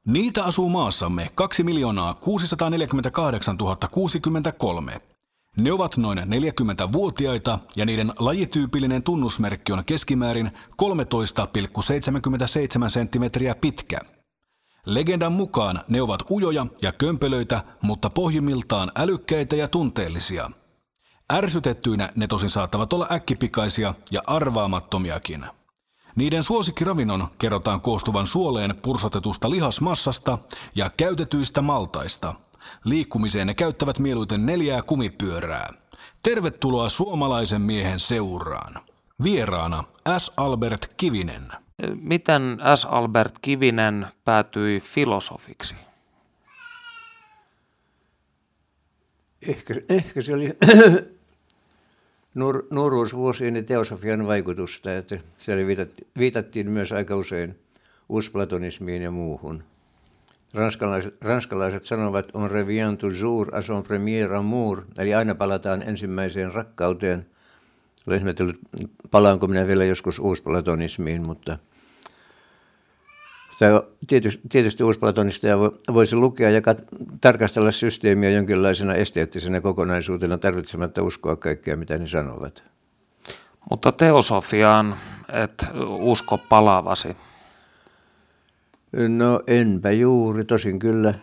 Niitä asuu maassamme 2 648 063. Ne ovat noin 40-vuotiaita ja niiden lajityypillinen tunnusmerkki on keskimäärin 13,77 senttimetriä pitkä. Legendan mukaan ne ovat ujoja ja kömpelöitä, mutta pohjimmiltaan älykkäitä ja tunteellisia. Ärsytettyinä ne tosin saattavat olla äkkipikaisia ja arvaamattomiakin. Niiden suosikkiravinnon kerrotaan koostuvan suoleen pursotetusta lihasmassasta ja käytetyistä maltaista. Liikkumiseen ne käyttävät mieluiten 4 kumipyörää. Tervetuloa suomalaisen miehen seuraan. Vieraana S. Albert Kivinen. Miten S. Albert Kivinen päätyi filosofiksi? Ehkä se oli nuoruusvuosien teosofian vaikutusta, että siellä viitattiin myös aika usein uusplatonismiin ja muuhun. Ranskalaiset sanovat on revient toujours à son premier amour, eli aina palataan ensimmäiseen rakkauteen. Olen ihmetellyt, palaanko minä vielä joskus uusplatonismiin, mutta tietysti uusplatonista voisi lukea ja tarkastella systeemiä jonkinlaisena esteettisenä kokonaisuutena tarvitsematta uskoa kaikkea, mitä ne sanovat. Mutta teosofiaan et usko palavasi. No enpä juuri, tosin kyllä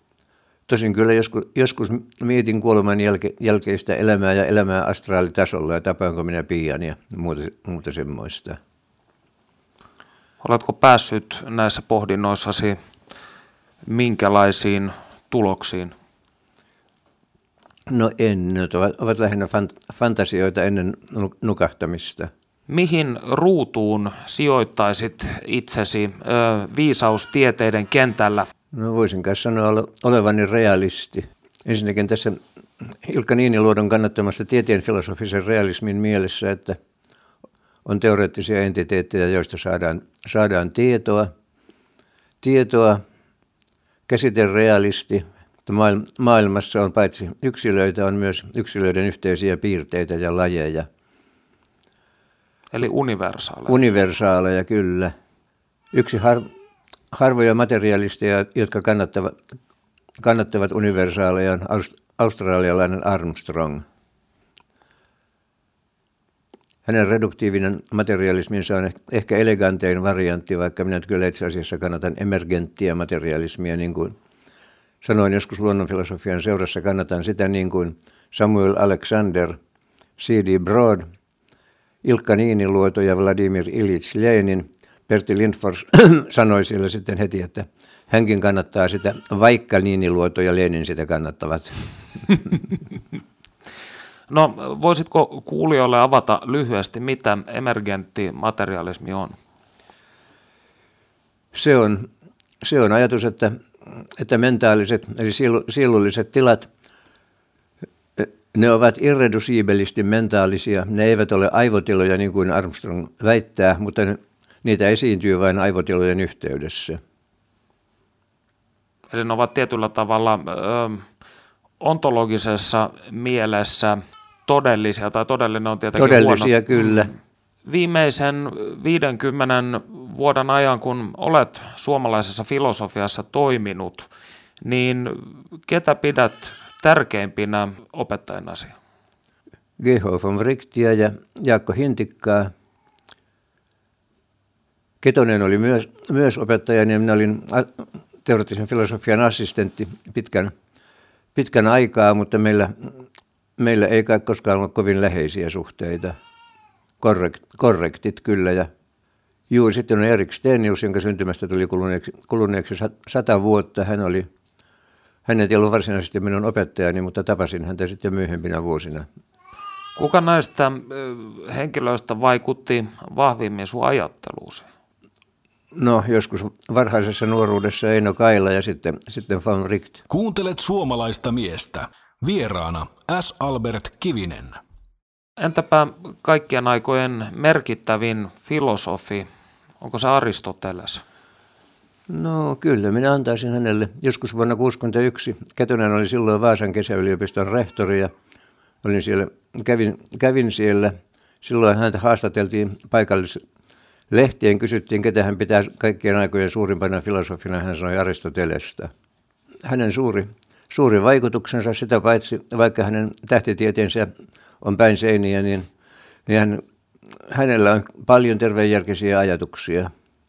joskus mietin kuoleman jälkeistä elämää ja elämää astraalitasolla ja tapaanko minä pian ja muuta semmoista. Oletko päässyt näissä pohdinnoissasi minkälaisiin tuloksiin? No en, ne ovat lähinnä fantasioita ennen nukahtamista. Mihin ruutuun sijoittaisit itsesi viisaustieteiden kentällä? No voisin kai sanoa olevani realisti. Ensinnäkin tässä Ilkka Niiniluodon kannattamassa tieteen filosofisen realismin mielessä, että on teoreettisia entiteettejä, joista saadaan tietoa, käsiterealisti, että maailmassa on paitsi yksilöitä, on myös yksilöiden yhteisiä piirteitä ja lajeja. Eli universaaleja. Universaaleja, kyllä. Yksi harvoja materialisteja, jotka kannattavat universaaleja, on australialainen Armstrong. Hänen reduktiivinen materialisminsa on ehkä elegantein variantti, vaikka minä kyllä itse asiassa kannatan emergenttiä materialismia, niin kuin sanoin joskus luonnonfilosofian seurassa, kannatan sitä niin kuin Samuel Alexander, C.D. Broad, Ilkka Niiniluoto ja Vladimir Iljitš Lenin. Pertti Lindfors sanoi siellä sitten heti, että hänkin kannattaa sitä, vaikka Niiniluoto ja Lenin sitä kannattavat. No voisitko kuulijoille avata lyhyesti, mitä emergentti materialismi on? Se on ajatus, että mentaaliset eli sielulliset tilat, ne ovat irredusiibelisti mentaalisia. Ne eivät ole aivotiloja niin kuin Armstrong väittää, mutta niitä esiintyy vain aivotilojen yhteydessä. Eli ne ovat tietyllä tavalla ontologisessa mielessä todellisia, tai todellinen on tietenkin todellisia, huono. Kyllä. Viimeisen 50 vuoden ajan, kun olet suomalaisessa filosofiassa toiminut, niin ketä pidät tärkeimpinä opettajinasi? G.H. von Wrightia ja Jaakko Hintikkaa. Ketonen oli myös opettajani ja minä olin teoreettisen filosofian assistentti pitkän aikaa, mutta meillä ei kai koskaan ollut kovin läheisiä suhteita. Korrektit kyllä. Ja juuri sitten on Erik Stenius, jonka syntymästä tuli kuluneeksi 100 vuotta. Hän ei ollut varsinaisesti minun opettajani, mutta tapasin häntä sitten myöhempinä vuosina. Kuka näistä henkilöistä vaikutti vahvimmin sun ajatteluusi? No, joskus varhaisessa nuoruudessa Eino Kaila ja sitten von Wright. Kuuntelet suomalaista miestä. Vieraana S. Albert Kivinen. Entäpä kaikkien aikojen merkittävin filosofi, onko se Aristoteles? No kyllä, minä antaisin hänelle. Joskus vuonna 1961 Ketonen oli silloin Vaasan kesäyliopiston rehtori ja olin siellä, kävin siellä. Silloin häntä haastateltiin Lehtien kysyttiin, ketä hän pitää kaikkien aikojen suurimpana filosofina, hän sanoi Aristotelesta. Hänen suuri vaikutuksensa, sitä paitsi vaikka hänen tähtitieteensä on päin seiniä, niin hänellä on paljon terveenjärkisiä ajatuksia.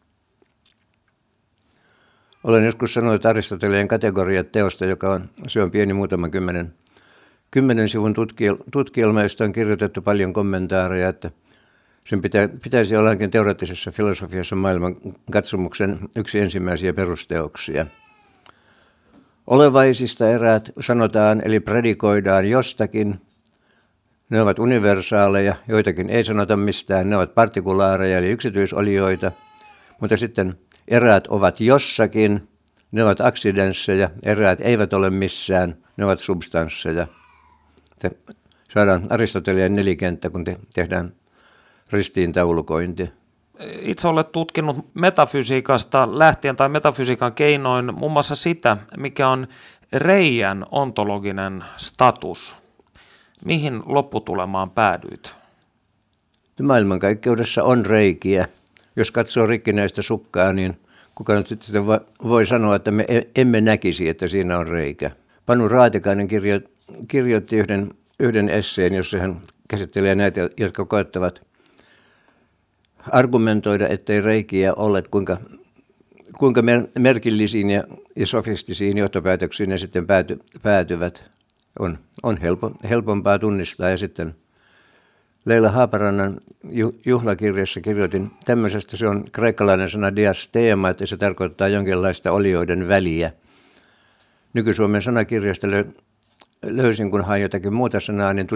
Olen joskus sanonut, että Aristoteleen kategoriat teosta, se on pieni muutaman kymmenen sivun tutkielma, josta on kirjoitettu paljon kommentaareja, että sen pitäisi olla teoreettisessa filosofiassa maailman katsomuksen yksi ensimmäisiä perusteoksia. Olevaisista eräät sanotaan, eli predikoidaan jostakin. Ne ovat universaaleja, joitakin ei sanota mistään, ne ovat partikulaareja, eli yksityisolioita, mutta sitten eräät ovat jossakin, ne ovat aksidensseja, eräät eivät ole missään, ne ovat substansseja. Saadaan Aristoteleen nelikenttä, kun tehdään ristiintaulukointi. Itse olet tutkinut metafysiikasta lähtien tai metafysiikan keinoin muun muassa sitä, mikä on reiän ontologinen status. Mihin lopputulemaan päädyit? Maailmankaikkeudessa on reikiä. Jos katsoo rikkinäistä sukkaa, niin kuka nyt sitten voi sanoa, että me emme näkisi, että siinä on reikä. Panu Raatikainen kirjoitti yhden esseen, jossa hän käsittelee näitä, jotka koettavat argumentoida, ettei reikiä ole, kuinka merkillisiin ja sofistisiin johtopäätöksiin ne sitten päätyvät. On helpompaa tunnistaa. Ja sitten Leila Haaparannan juhlakirjassa kirjoitin tämmöisestä, se on kreikkalainen sana diasteema, että se tarkoittaa jonkinlaista olioiden väliä. Nyky-Suomen sanakirjasta löysin, kun hain jotakin muuta sanaa, niin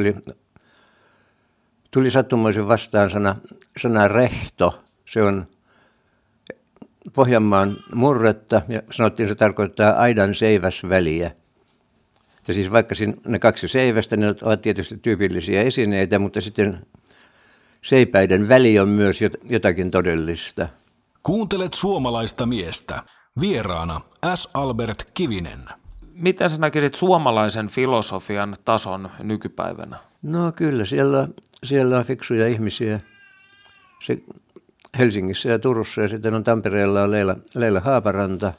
tuli sattumoisin vastaan sana rehto. Se on Pohjanmaan murretta ja sanottiin, se tarkoittaa aidan seiväsväliä. Ja siis vaikka ne kaksi seivästä, ne ovat tietysti tyypillisiä esineitä, mutta sitten seipäiden väli on myös jotakin todellista. Kuuntelet suomalaista miestä. Vieraana S. Albert Kivinen. Miten sä näkisit suomalaisen filosofian tason nykypäivänä? No kyllä, siellä on fiksuja ihmisiä. Helsingissä ja Turussa ja sitten on Tampereella on Leila Haaparanta,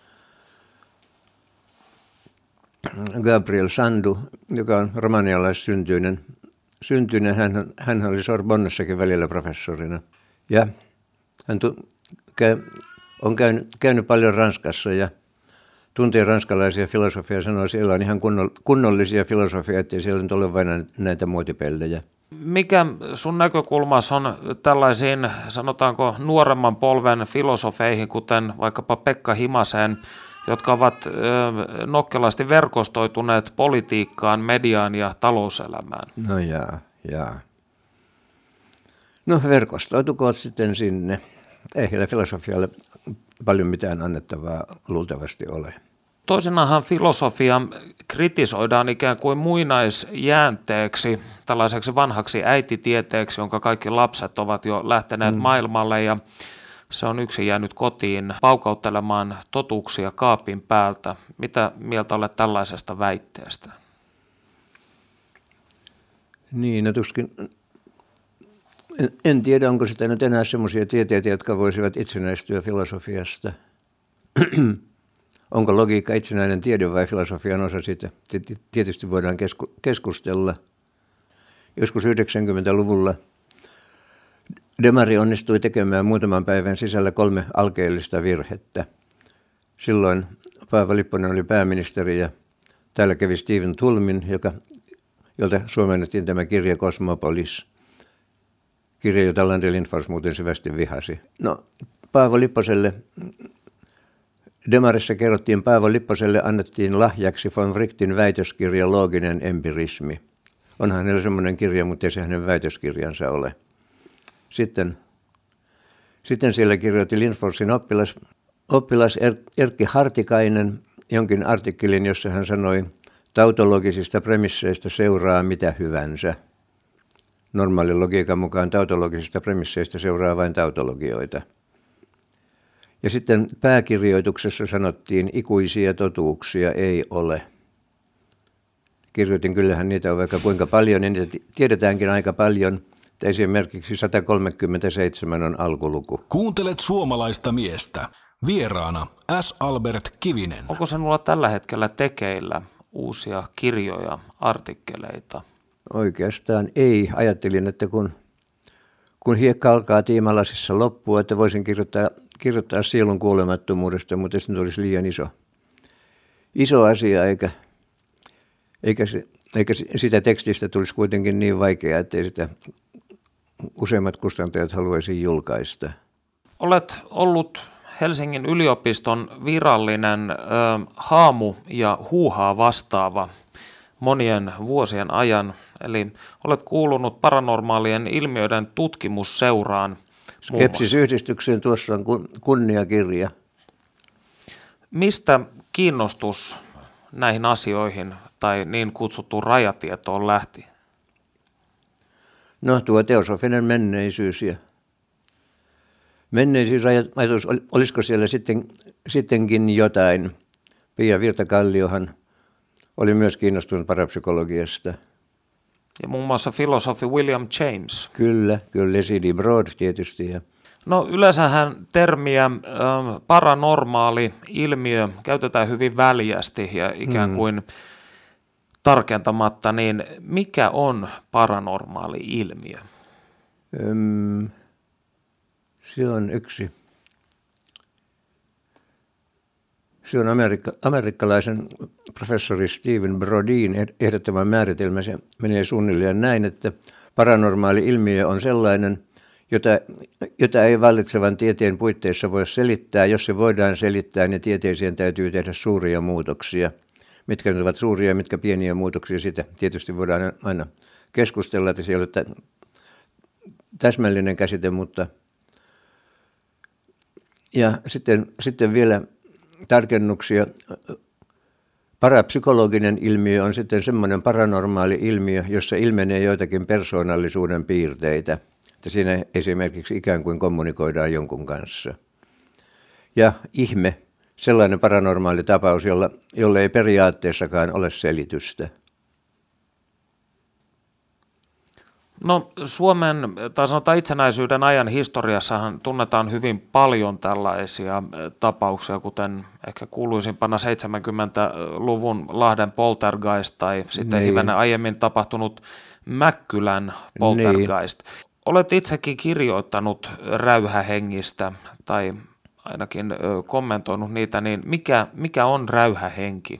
Gabriel Sandu, joka on romanialaissyntyinen. Hän oli Sorbonnessakin välillä professorina. Ja hän on käynyt paljon Ranskassa ja tuntee ranskalaisia filosofia, sanoo, siellä on ihan kunnollisia filosofia, ettei siellä nyt ole vain näitä muotipellejä. Mikä sun näkökulmassa on tällaisiin, sanotaanko, nuoremman polven filosofeihin, kuten vaikkapa Pekka Himaseen, jotka ovat nokkelasti verkostoituneet politiikkaan, mediaan ja talouselämään? No jaa. No verkostoitukoot sitten sinne. Ei heillä filosofialle paljon mitään annettavaa luultavasti ole. Toisinaanhan filosofia kritisoidaan ikään kuin muinaisjäänteeksi, tällaiseksi vanhaksi äititieteeksi, jonka kaikki lapset ovat jo lähteneet maailmalle ja se on yksin jäänyt kotiin paukauttelemaan totuuksia kaapin päältä. Mitä mieltä olet tällaisesta väitteestä? Niin, no tuskin. En tiedä, onko sitä nyt enää semmoisia tieteitä, jotka voisivat itsenäistyä filosofiasta. Onko logiikka itsenäinen tiede vai filosofian osa siitä? Tietysti voidaan keskustella. Joskus 90-luvulla Demari onnistui tekemään muutaman päivän sisällä 3 alkeellista virhettä. Silloin Paavo Lipponen oli pääministeri ja täällä kävi Stephen Tulmin, jolta suomennettiin tämä kirja Cosmopolis. Kirja, jota Lande Lindfors muuten syvästi vihasi. No, Paavo Lipposelle, Demarissa kerrottiin, Paavo Lipposelle annettiin lahjaksi von Wrightin väitöskirja Looginen empirismi. Onhan hänellä semmoinen kirja, mutta ei se hänen väitöskirjansa ole. Sitten siellä kirjoitti Lindforsin oppilas Erkki Hartikainen jonkin artikkelin, jossa hän sanoi, tautologisista premisseistä seuraa mitä hyvänsä. Normaalin logiikan mukaan tautologisista premisseistä seuraa vain tautologioita. Ja sitten pääkirjoituksessa sanottiin, ikuisia totuuksia ei ole. Kirjoitin, kyllähän niitä on vaikka kuinka paljon, niin niitä tiedetäänkin aika paljon. Esimerkiksi 137 on alkuluku. Kuuntelet suomalaista miestä. Vieraana S. Albert Kivinen. Onko sinulla tällä hetkellä tekeillä uusia kirjoja, artikkeleita? Oikeastaan ei. Ajattelin, että kun hiekka alkaa tiimalasissa loppua, että voisin kirjoittaa sielun kuolemattomuudesta, mutta se nyt olisi liian iso asia, eikä sitä tekstistä tulisi kuitenkin niin vaikeaa, ettei sitä useimmat kustantajat haluaisi julkaista. Olet ollut Helsingin yliopiston virallinen haamu- ja huuhaa vastaava monien vuosien ajan. Eli olet kuulunut paranormaalien ilmiöiden tutkimusseuraan. Skepsis-yhdistykseen tuossa on kunniakirja. Mistä kiinnostus näihin asioihin tai niin kutsuttuun rajatietoon lähti? No tuo teosofinen menneisyys ja menneisyysajatus, olisiko siellä sittenkin jotain. Pia Virta-Kalliohan oli myös kiinnostunut parapsykologiasta. Ja muun muassa filosofi William James. Kyllä, C.D. Broad tietysti. No yleensähän termiä paranormaali ilmiö käytetään hyvin väljästi ja ikään kuin tarkentamatta, niin mikä on paranormaali ilmiö? Se on amerikkalaisen professori Stephen Brodin ehdottama määritelmä. Se menee suunnilleen näin, että paranormaali ilmiö on sellainen, jota ei vallitsevan tieteen puitteissa voi selittää. Jos se voidaan selittää, niin tieteeseen täytyy tehdä suuria muutoksia. Mitkä nyt ovat suuria ja mitkä pieniä muutoksia, sitä tietysti voidaan aina keskustella, että se ei ole täsmällinen käsite, mutta ja sitten vielä tarkennuksia. Parapsykologinen ilmiö on sitten semmoinen paranormaali ilmiö, jossa ilmenee joitakin persoonallisuuden piirteitä. Että siinä esimerkiksi ikään kuin kommunikoidaan jonkun kanssa. Ja ihme, sellainen paranormaali tapaus, jolle ei periaatteessakaan ole selitystä. No Suomen, tai sanotaan itsenäisyyden ajan historiassahan tunnetaan hyvin paljon tällaisia tapauksia, kuten ehkä kuuluisimpana 70-luvun Lahden poltergeist tai sitten hivenen aiemmin tapahtunut Mäkkylän poltergeist. Niin. Olet itsekin kirjoittanut räyhähengistä tai ainakin kommentoinut niitä, niin mikä on räyhähenki?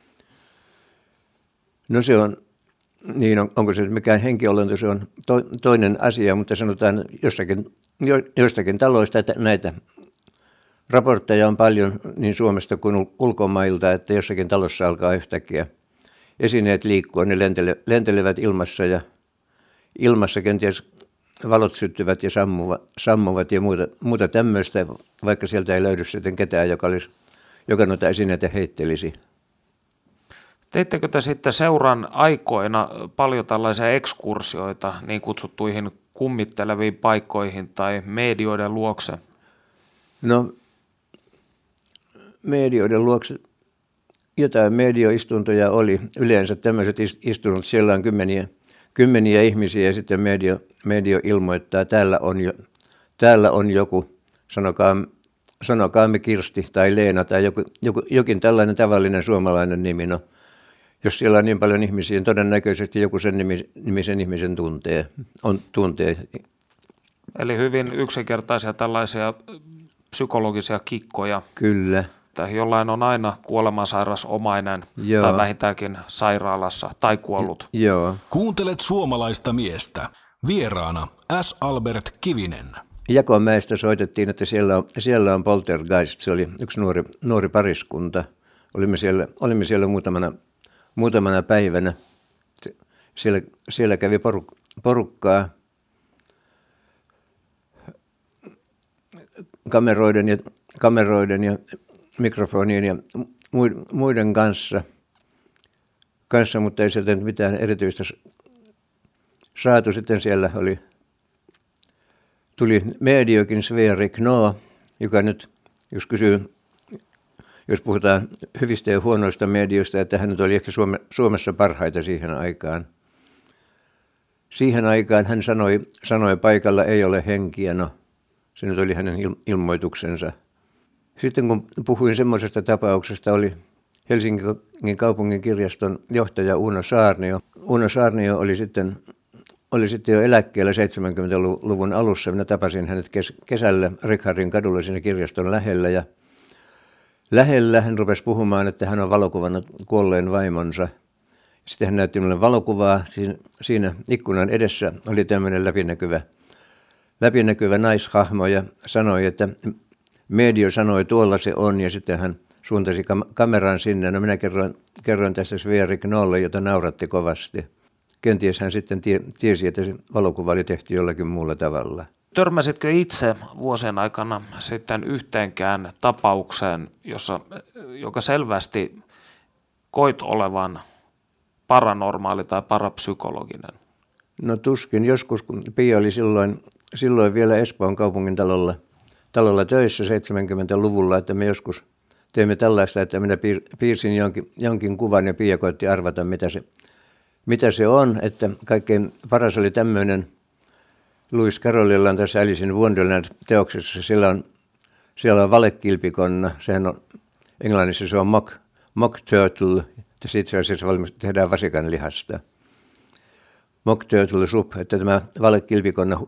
No se on, niin onko se mikään henkiolento, se on toinen asia, mutta sanotaan joistakin taloista, että näitä raportteja on paljon niin Suomesta kuin ulkomailta, että jossakin talossa alkaa yhtäkkiä esineet liikkua, ne lentelevät ilmassa ja ilmassa kenties valot syttyvät ja sammuvat ja muuta tämmöistä, vaikka sieltä ei löydy sitten ketään, joka noita esineitä heittelisi. Teittekö te sitten seuran aikoina paljon tällaisia ekskursioita niin kutsuttuihin kummitteleviin paikkoihin tai medioiden luokse? No medioiden luokse jotain medioistuntoja oli. Yleensä tämmöiset istunnot, siellä on kymmeniä ihmisiä ja sitten medio ilmoittaa, että täällä on joku, sanokaamme Kirsti tai Leena tai jokin tällainen tavallinen suomalainen nimi. No, jos siellä on niin paljon ihmisiä, niin todennäköisesti joku sen nimisen ihmisen tuntee. Eli hyvin yksinkertaisia tällaisia psykologisia kikkoja. Kyllä. Jollain on aina kuolemansairas omainen tai vähintäänkin sairaalassa tai kuollut. Joo. Kuuntelet suomalaista miestä. Vieraana S. Albert Kivinen. Jakomäestä soitettiin, että siellä on poltergeist. Se oli yksi nuori pariskunta. Olimme siellä muutamana päivänä. Siellä kävi porukkaa kameroiden ja mikrofonien ja muiden kanssa, mutta ei sieltä mitään erityistä saatu. Sitten siellä tuli mediokin Sverre Knaa, joka nyt, jos puhutaan hyvistä ja huonoista medioista, että hän nyt oli ehkä Suomessa parhaita siihen aikaan. Siihen aikaan hän sanoi paikalla ei ole henkiä, no se nyt oli hänen ilmoituksensa. Sitten kun puhuin semmoisesta tapauksesta, oli Helsingin kaupungin kirjaston johtaja Uno Saarnio. Uno Saarnio oli sitten jo eläkkeellä 70-luvun alussa. Minä tapasin hänet kesällä Richardin kadulla siinä kirjaston lähellä. Ja lähellä hän rupesi puhumaan, että hän on valokuvannut kuolleen vaimonsa. Sitten hän näytti minulle valokuvaa. Siinä ikkunan edessä oli tämmöinen läpinäkyvä naishahmo ja sanoi, että medio sanoi, tuolla se on. Ja sitten hän suuntasi kameran sinne. No minä kerroin tästä Sverre Knolle, jota nauratti kovasti. Kenties hän sitten tiesi, että se valokuva oli tehty jollakin muulla tavalla. Törmäsitkö itse vuosien aikana sitten yhteenkään tapaukseen, joka selvästi koit olevan paranormaali tai parapsykologinen? No tuskin. Joskus, kun Pia oli silloin vielä Espoon kaupungin talolla töissä 70-luvulla, että me joskus teimme tällaista, että minä piirsin jonkin kuvan ja Pia koitti arvata, mitä se on. Että kaikkein paras oli tämmöinen Lewis Carrollilla on tässä Alice in Wonderland-teoksessa. Siellä on valekilpikonna. Sehän on, englannissa se on mock turtle. Itse asiassa tehdään vasikan lihasta. Mock turtle soup, että tämä valekilpikonna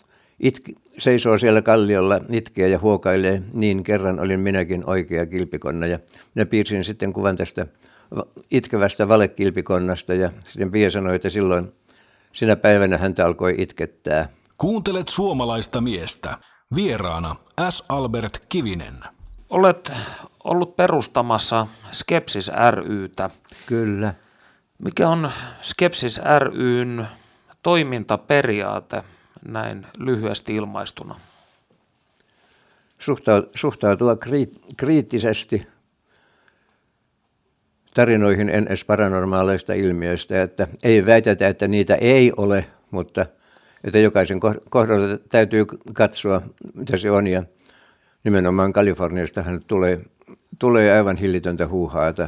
seisoo siellä kalliolla, itkee ja huokailee. Niin kerran olin minäkin oikea kilpikonna. Ja minä piirsin sitten kuvan tästä itkevästä valekilpikonnasta ja sitten Pia sanoi, että silloin sinä päivänä häntä alkoi itkettää. Kuuntelet suomalaista miestä. Vieraana S. Albert Kivinen. Olet ollut perustamassa Skepsis ry:tä. Kyllä. Mikä on Skepsis ry:n toimintaperiaate näin lyhyesti ilmaistuna? Suhtautua kriittisesti tarinoihin NS paranormaaleista ilmiöistä, että ei väitetä, että niitä ei ole, mutta että jokaisen kohdalla täytyy katsoa, mitä se on. Ja nimenomaan Kaliforniastahan tulee aivan hillitöntä huuhaata.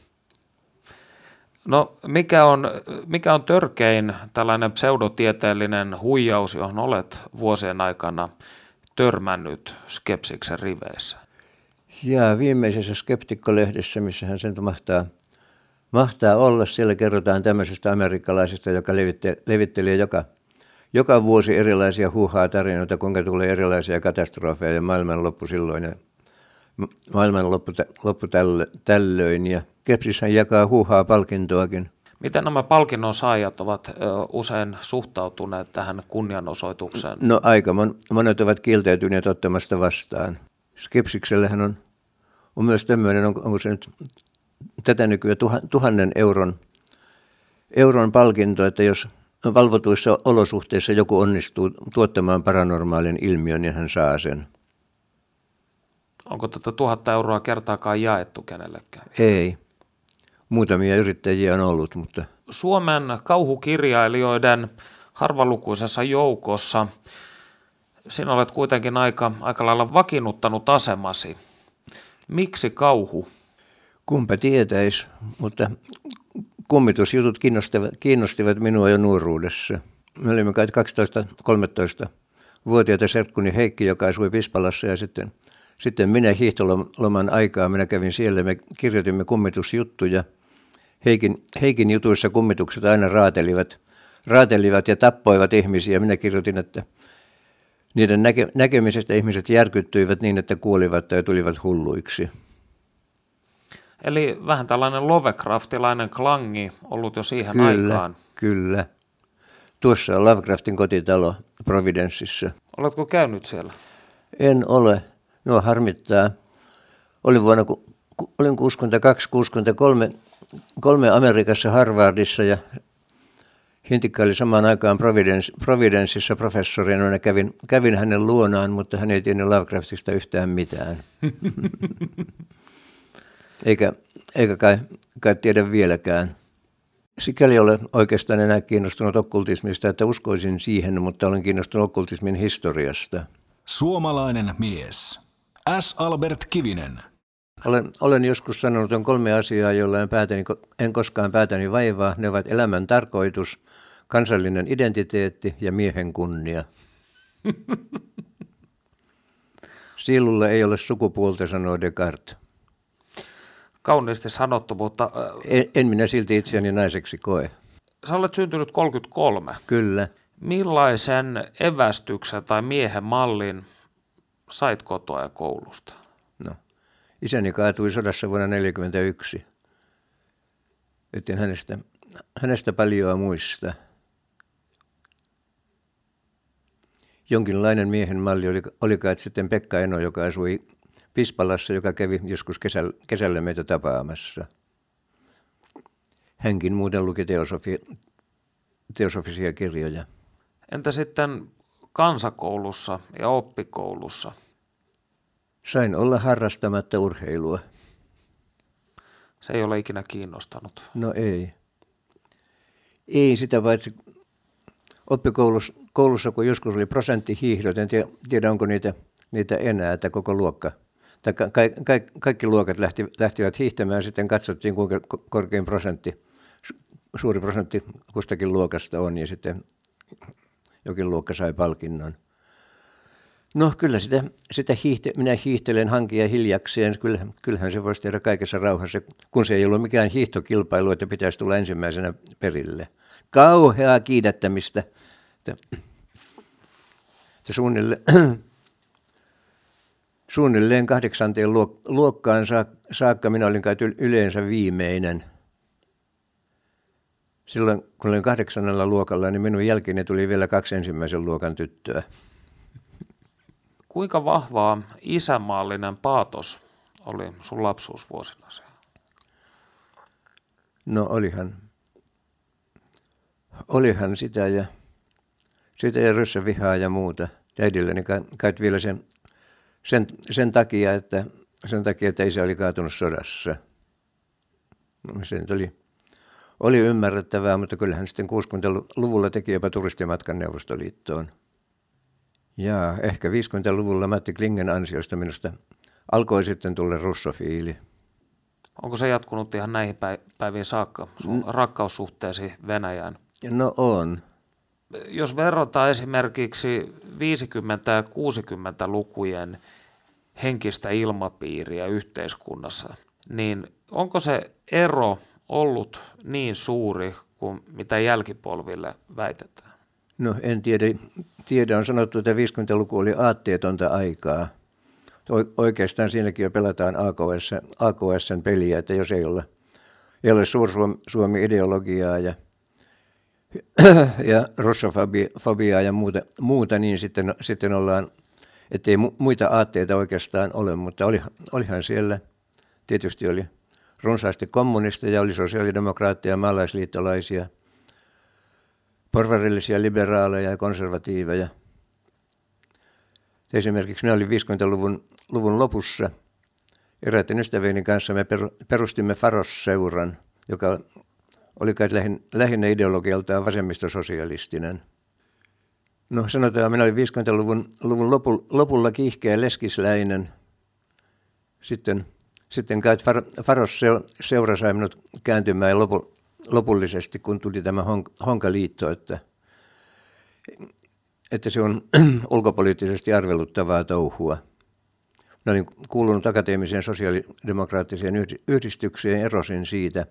No mikä on törkein tällainen pseudotieteellinen huijaus, johon olet vuosien aikana törmännyt Skepsiksen riveissä? Ja viimeisessä Skeptikko-lehdessä, missä hän sen mahtaa olla, siellä kerrotaan tämmöisestä amerikkalaisesta, joka levittelee joka vuosi erilaisia huuhaa-tarinoita, kuinka tulee erilaisia katastrofeja ja maailmanloppu silloin ja maailmanloppu tällöin. Ja Skepsishän jakaa huuhaa-palkintoakin. Miten nämä palkinnon saajat ovat usein suhtautuneet tähän kunnianosoitukseen? No aika monet ovat kieltäytyneet ottamasta vastaan. Skepsiksellähän on myös tämmöinen, onko se nyt tätä nykyään 1,000 euron palkinto, että jos valvotuissa olosuhteissa joku onnistuu tuottamaan paranormaalin ilmiön, niin hän saa sen. Onko tätä 1 000 euroa kertaakaan jaettu kenellekään? Ei. Muutamia yrittäjiä on ollut, mutta... Suomen kauhukirjailijoiden harvalukuisessa joukossa sinä olet kuitenkin aika lailla vakiinnuttanut asemasi. Miksi kauhu? Kumpa tietäisi, mutta kummitusjutut kiinnostivat minua jo nuoruudessa. Me olimme kai 12-13-vuotiaita serkkuni Heikki, joka asui Pispalassa ja sitten minä hiihtoloman aikaa minä kävin siellä. Me kirjoitimme kummitusjuttuja. Heikin jutuissa kummitukset aina raatelivat ja tappoivat ihmisiä. Minä kirjoitin, että niiden näkemisestä ihmiset järkyttyivät niin, että kuolivat tai tulivat hulluiksi. Eli vähän tällainen Lovecraftilainen klangi ollut jo siihen aikaan. Kyllä. Tuossa on Lovecraftin kotitalo Providenceissa. Oletko käynyt siellä? En ole. No harmittaa. Olin 63 Amerikassa Harvardissa ja Hintikka oli samaan aikaan Providenceissa professorina. Minä kävin hänen luonaan, mutta hän ei tiennyt Lovecraftista yhtään mitään. Eikä kai tiedä vieläkään. Sikäli olen oikeastaan enää kiinnostunut okkultismista, että uskoisin siihen, mutta olen kiinnostunut okkultismin historiasta. Suomalainen mies. S. Albert Kivinen. Olen joskus sanonut, on 3 asiaa, joilla en koskaan päätäni vaivaa. Ne ovat elämän tarkoitus, kansallinen identiteetti ja miehen kunnia. Sielulla ei ole sukupuolta, sanoo Descartes. Kauniisti sanottu, mutta... En minä silti itseäni naiseksi koe. Sä olet syntynyt 33. Kyllä. Millaisen evästyksen tai miehen mallin sait kotoa ja koulusta? No, isäni kaatui sodassa vuonna 1941. Etten hänestä paljoa muista. Jonkinlainen miehen malli oli kai sitten Pekka Eno, joka asui Pispalassa, joka kävi joskus kesällä meitä tapaamassa. Hänkin muuten luki teosofisia kirjoja. Entä sitten kansakoulussa ja oppikoulussa? Sain olla harrastamatta urheilua. Se ei ole ikinä kiinnostanut. No ei. Ei sitä paitsi oppikoulussa, kun joskus oli prosenttihiihdot, en tiedä onko niitä enää, että koko luokka. Tai kaikki luokat lähtivät hiihtämään, sitten katsottiin kuinka korkein suuri prosentti kustakin luokasta on ja sitten jokin luokka sai palkinnon. No kyllä minä hiihtelen hankia hiljakseen, kyllähän se voisi tehdä kaikessa rauhassa, kun se ei ollut mikään hiihtokilpailu, että pitäisi tulla ensimmäisenä perille. Kauheaa kiidättämistä. Suunnilleen 8. luokkaan saakka minä olin kai yleensä viimeinen. Silloin kun olin 8. luokalla, niin minun jälkeeni tuli vielä 2 ensimmäisen luokan tyttöä. Kuinka vahvaa isämaallinen paatos oli sun lapsuusvuosinasi? No olihan sitä ja ryssävihaa ja muuta. Äidilläni kai vielä sen takia, että isä oli kaatunut sodassa. No, se nyt oli ymmärrettävää, mutta kyllähän sitten 60-luvulla teki jopa turistimatkan Neuvostoliittoon. Ja ehkä 50-luvulla Matti Klingen ansiosta minusta alkoi sitten tulla russofiili. Onko se jatkunut ihan näihin päiviin saakka, sun rakkaussuhteesi Venäjään? No on. Jos verrataan esimerkiksi 50- ja 60-lukujen henkistä ilmapiiriä yhteiskunnassa, niin onko se ero ollut niin suuri kuin mitä jälkipolville väitetään? No en tiedä. On sanottu, että 50-luku oli aatteetonta aikaa. Oikeastaan siinäkin jo pelataan AKS:n peliä, että jos ei ole Suur-Suomi-ideologiaa ja russofobiaa ja muuta, niin sitten ollaan, ettei muita aatteita oikeastaan ole, mutta olihan siellä, tietysti oli runsaasti kommunisteja, oli sosiaalidemokraatteja, maalaisliittolaisia, porvarillisia liberaaleja ja konservatiiveja. Esimerkiksi minä olin 50-luvun lopussa eräiden ystävieni kanssa, me perustimme Faros-seuran, joka oli kai lähinnä ideologialtaan vasemmistososialistinen. No sanotaan, minä olin 50-luvun lopulla kiihkeä leskisläinen. Sitten kai Faros-seura sai minut kääntymään lopullisesti, kun tuli tämä Honkaliitto, että se on ulkopoliittisesti arveluttavaa touhua. Minä olin kuulunut akateemiseen sosiaalidemokraattiseen yhdistykseen ja erosin siitä.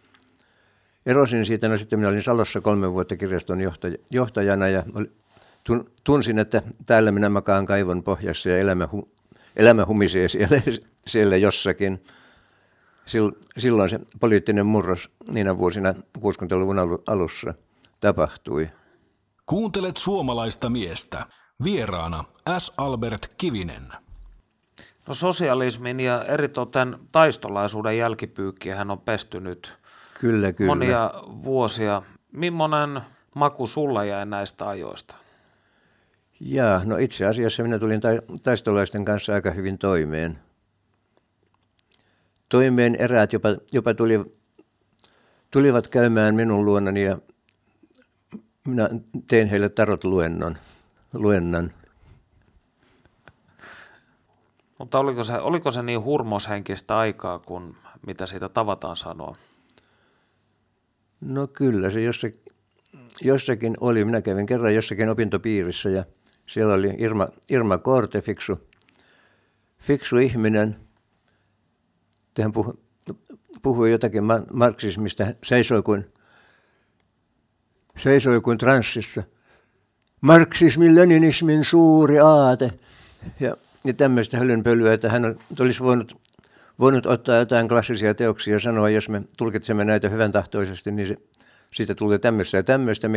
No sitten minä olin Salossa 3 vuotta kirjaston johtajana ja tunsin, että täällä minä makaan kaivon pohjassa ja elämä humisee siellä jossakin. Silloin se poliittinen murros niinä vuosina 60-luvun alussa tapahtui. Kuuntelet suomalaista miestä. Vieraana S. Albert Kivinen. No sosialismin ja eritoten taistolaisuuden jälkipyykkiähän on pestynyt Kyllä. monia vuosia. Millainen maku sulla jäi näistä ajoista? No itse asiassa minä tulin taistolaisten kanssa aika hyvin toimeen. Eräät jopa tulivat käymään minun luonani ja minä tein heille tarot-luennan. Mutta oliko se niin hurmoshenkistä aikaa kuin mitä siitä tavataan sanoa? No kyllä se jossakin oli, minä kävin kerran jossakin opintopiirissä ja siellä oli Irma Korte, fiksu ihminen. Hän puhui jotakin marksismista, seisoi kuin transsissa. Marksismin, leninismin suuri aate. Ja tämmöistä hölynpölyä, että hän olisi voinut ottaa jotain klassisia teoksia ja sanoa, jos me tulkitsemme näitä hyvän tahtoisesti, niin siitä tulee tämmöistä ja tämmöistä,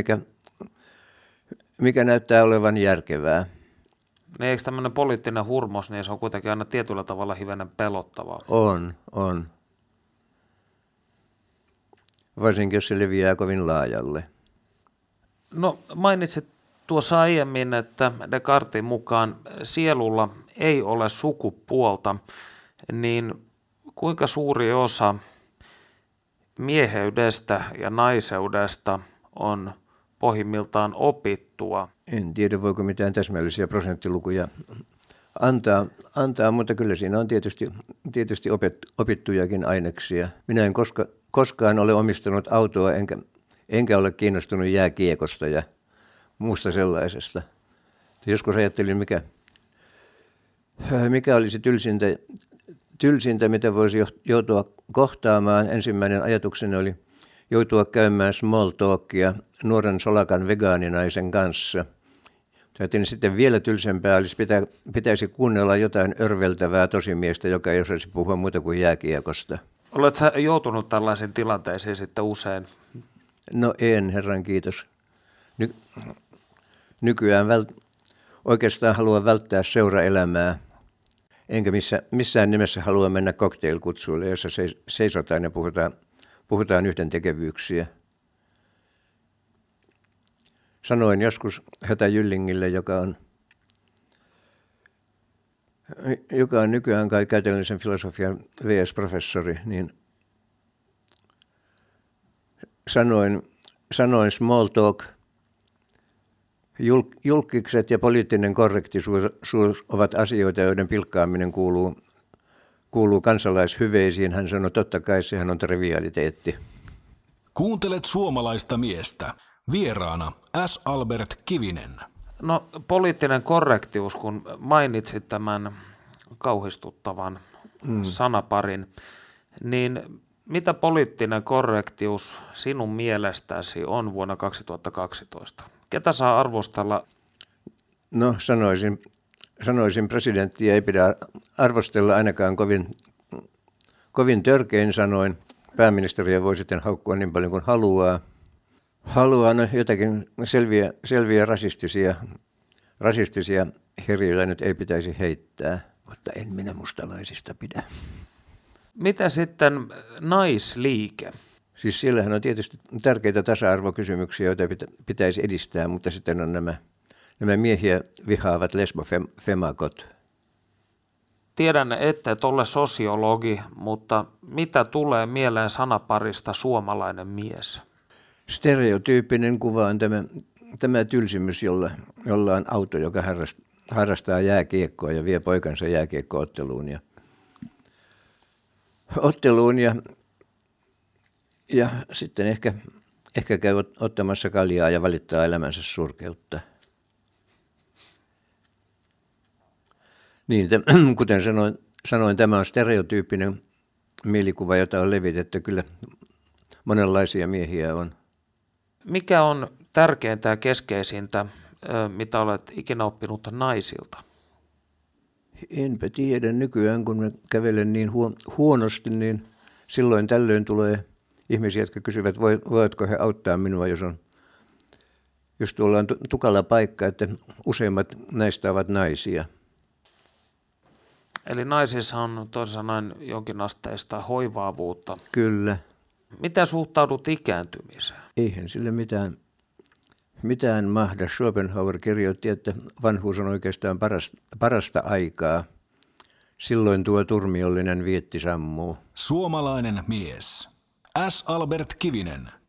mikä näyttää olevan järkevää. Niin eikö tämmöinen poliittinen hurmos, niin se on kuitenkin aina tietyllä tavalla hivenen pelottavaa? On. Varsinkin, jos se leviää kovin laajalle. No mainitsit tuossa aiemmin, että Descartesin mukaan sielulla ei ole sukupuolta, niin kuinka suuri osa mieheydestä ja naiseudesta on pohjimmiltaan opittua? En tiedä, voiko mitään täsmällisiä prosenttilukuja antaa, mutta kyllä siinä on tietysti opittujakin aineksia. Minä en koskaan ole omistanut autoa, enkä ole kiinnostunut jääkiekosta ja muusta sellaisesta. Joskus ajattelin, mikä olisi tylsintä, mitä voisi joutua kohtaamaan. Ensimmäinen ajatukseni oli joutua käymään small talkia nuoren solakan vegaaninaisen kanssa. Ajattelin sitten vielä tylsempää olisi pitäisi kuunnella jotain örveltävää tosimiestä, joka ei osaisi puhua muuta kuin jääkiekosta. Oletko sä joutunut tällaisiin tilanteisiin sitten usein? No en, herran kiitos. Nykyään oikeastaan haluan välttää seuraelämää, enkä missään nimessä halua mennä cocktailkutsuille, jossa seisotaan ja puhutaan yhdentekevyyksiä. Sanoin joskus Hätä Jyllingille, joka on nykyään kai käytännöllisen filosofian VS-professori, niin sanoin small talk, julkkikset ja poliittinen korrektisuus ovat asioita, joiden pilkkaaminen kuuluu kansalaishyveisiin. Hän sanoi, totta kai sehän on trivialiteetti. Kuuntelet suomalaista miestä. Vieraana S. Albert Kivinen. No poliittinen korrektius, kun mainitsit tämän kauhistuttavan sanaparin, niin mitä poliittinen korrektius sinun mielestäsi on vuonna 2012? Ketä saa arvostella? No sanoisin presidenttiä ei pidä arvostella ainakaan kovin törkein sanoin. Pääministeriä voi sitten haukkua niin paljon kuin haluaa. No jotakin selviä rasistisia herjoja nyt ei pitäisi heittää, mutta en minä mustalaisista pidä. Mitä sitten naisliike? Siis siellähän on tietysti tärkeitä tasa-arvokysymyksiä, joita pitäisi edistää, mutta sitten on nämä miehiä vihaavat lesbofemakot. Tiedän, että et ole sosiologi, mutta mitä tulee mieleen sanaparista suomalainen mies? Stereotyyppinen kuva on tämä tylsimys, jolla on auto, joka harrastaa jääkiekkoa ja vie poikansa jääkiekko-otteluun. Ja sitten ehkä käy ottamassa kaljaa ja valittaa elämänsä surkeutta. Niin, kuten sanoin, tämä on stereotyyppinen mielikuva, jota on levitetty. Kyllä monenlaisia miehiä on. Mikä on tärkeintä ja keskeisintä, mitä olet ikinä oppinut naisilta? Enpä tiedä. Nykyään, kun mä kävelen niin huonosti, niin silloin tällöin tulee ihmisiä, jotka kysyvät, voitko he auttaa minua, jos tuolla on tukala paikka, että useimmat näistä ovat naisia. Eli naisissa on toisin sanoen jonkinasteista hoivaavuutta. Kyllä. Miten suhtaudut ikääntymiseen? Eihän sille mitään mahda. Schopenhauer kirjoitti, että vanhuus on oikeastaan parasta aikaa. Silloin tuo turmiollinen vietti sammuu. Suomalainen mies. S. Albert Kivinen.